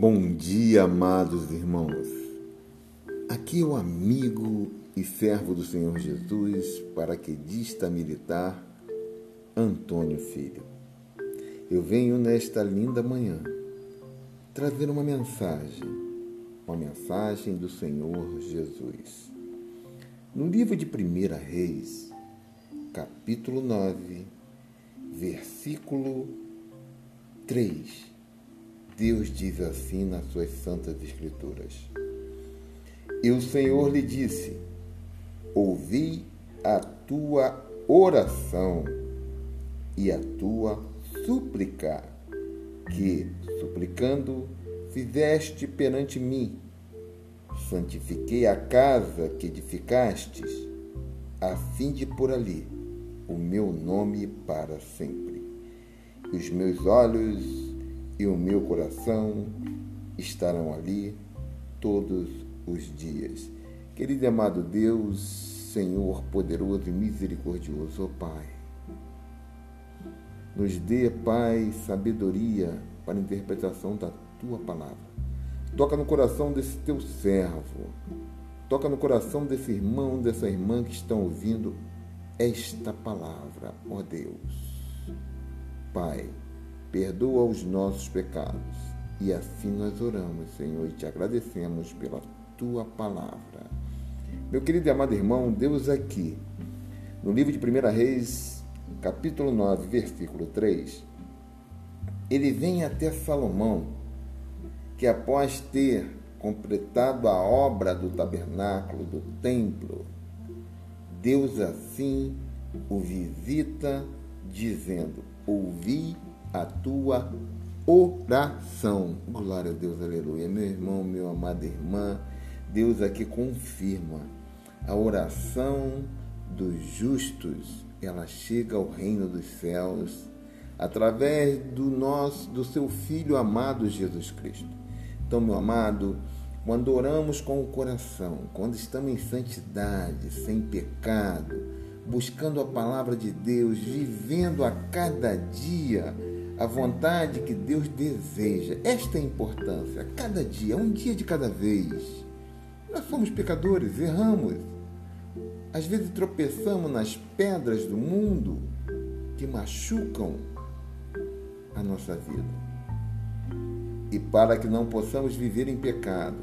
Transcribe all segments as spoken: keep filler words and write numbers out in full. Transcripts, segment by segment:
Bom dia, amados irmãos. Aqui é o amigo e servo do Senhor Jesus, paraquedista militar, Antônio Filho. Eu venho nesta linda manhã trazer uma mensagem, uma mensagem do Senhor Jesus. No livro de Primeira Reis, capítulo nove, versículo três, Deus diz assim nas suas santas escrituras: E o Senhor lhe disse: ouvi a tua oração e a tua súplica, que, suplicando, fizeste perante mim. Santifiquei a casa que edificastes, a fim de pôr ali o meu nome para sempre. E os meus olhos e o meu coração estarão ali todos os dias. Querido e amado Deus, Senhor poderoso e misericordioso, ó Pai, nos dê, Pai, sabedoria para a interpretação da Tua palavra. Toca no coração desse Teu servo, toca no coração desse irmão, dessa irmã que estão ouvindo esta palavra, ó Deus. Pai, perdoa os nossos pecados. E assim nós oramos, Senhor, e te agradecemos pela Tua palavra. Meu querido e amado irmão, Deus aqui, no livro de Primeira Reis, capítulo nove, versículo três, ele vem até Salomão, que após ter completado a obra do tabernáculo, do templo, Deus assim o visita, dizendo: ouvi a tua oração. Glória a Deus, aleluia. Meu irmão, meu amada irmã, Deus aqui confirma: a oração dos justos, ela chega ao reino dos céus através do nosso, do seu Filho amado Jesus Cristo. Então, meu amado, quando oramos com o coração, quando estamos em santidade, sem pecado, buscando a palavra de Deus, vivendo a cada dia a vontade que Deus deseja. Esta é a importância. Cada dia, um dia de cada vez. Nós somos pecadores, erramos. Às vezes tropeçamos nas pedras do mundo que machucam a nossa vida. E para que não possamos viver em pecado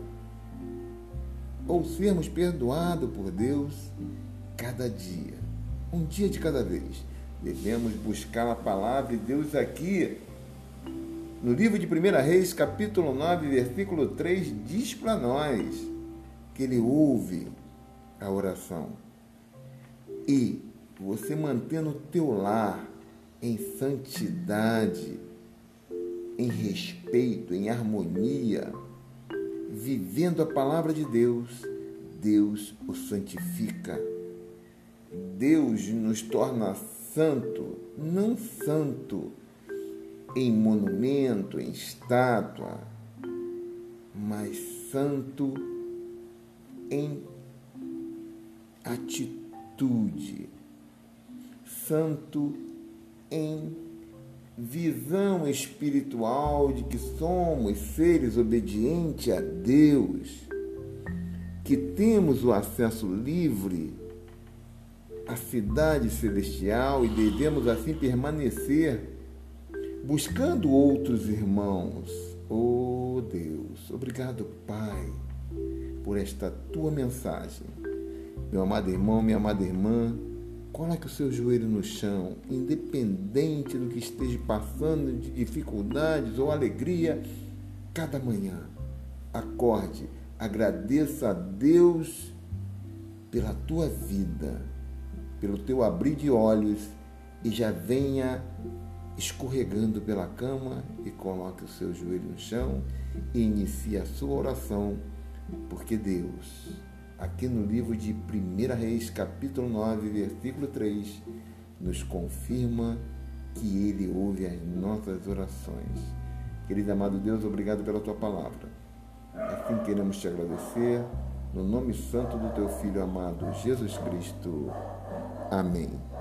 ou sermos perdoados por Deus, cada dia, um dia de cada vez, devemos buscar a palavra de Deus aqui. No livro de Primeira Reis, capítulo nove, versículo três, diz para nós que Ele ouve a oração. E você mantendo o teu lar em santidade, em respeito, em harmonia, vivendo a palavra de Deus, Deus o santifica. Deus nos torna santo, não santo em monumento, em estátua, mas santo em atitude, santo em visão espiritual de que somos seres obedientes a Deus, que temos o acesso livre à cidade celestial e devemos assim permanecer buscando outros irmãos. Oh Deus, obrigado, Pai, por esta Tua mensagem. Meu amado irmão, minha amada irmã, coloque o seu joelho no chão, independente do que esteja passando de dificuldades ou alegria, cada manhã. Acorde, agradeça a Deus pela tua vida, pelo teu abrir de olhos, e já venha escorregando pela cama e coloque o seu joelho no chão e inicie a sua oração, porque Deus, aqui no livro de Primeira Reis, capítulo nove, versículo três, nos confirma que Ele ouve as nossas orações. Querido amado Deus, obrigado pela Tua palavra. Assim queremos Te agradecer, no nome santo do Teu Filho amado, Jesus Cristo. Amém.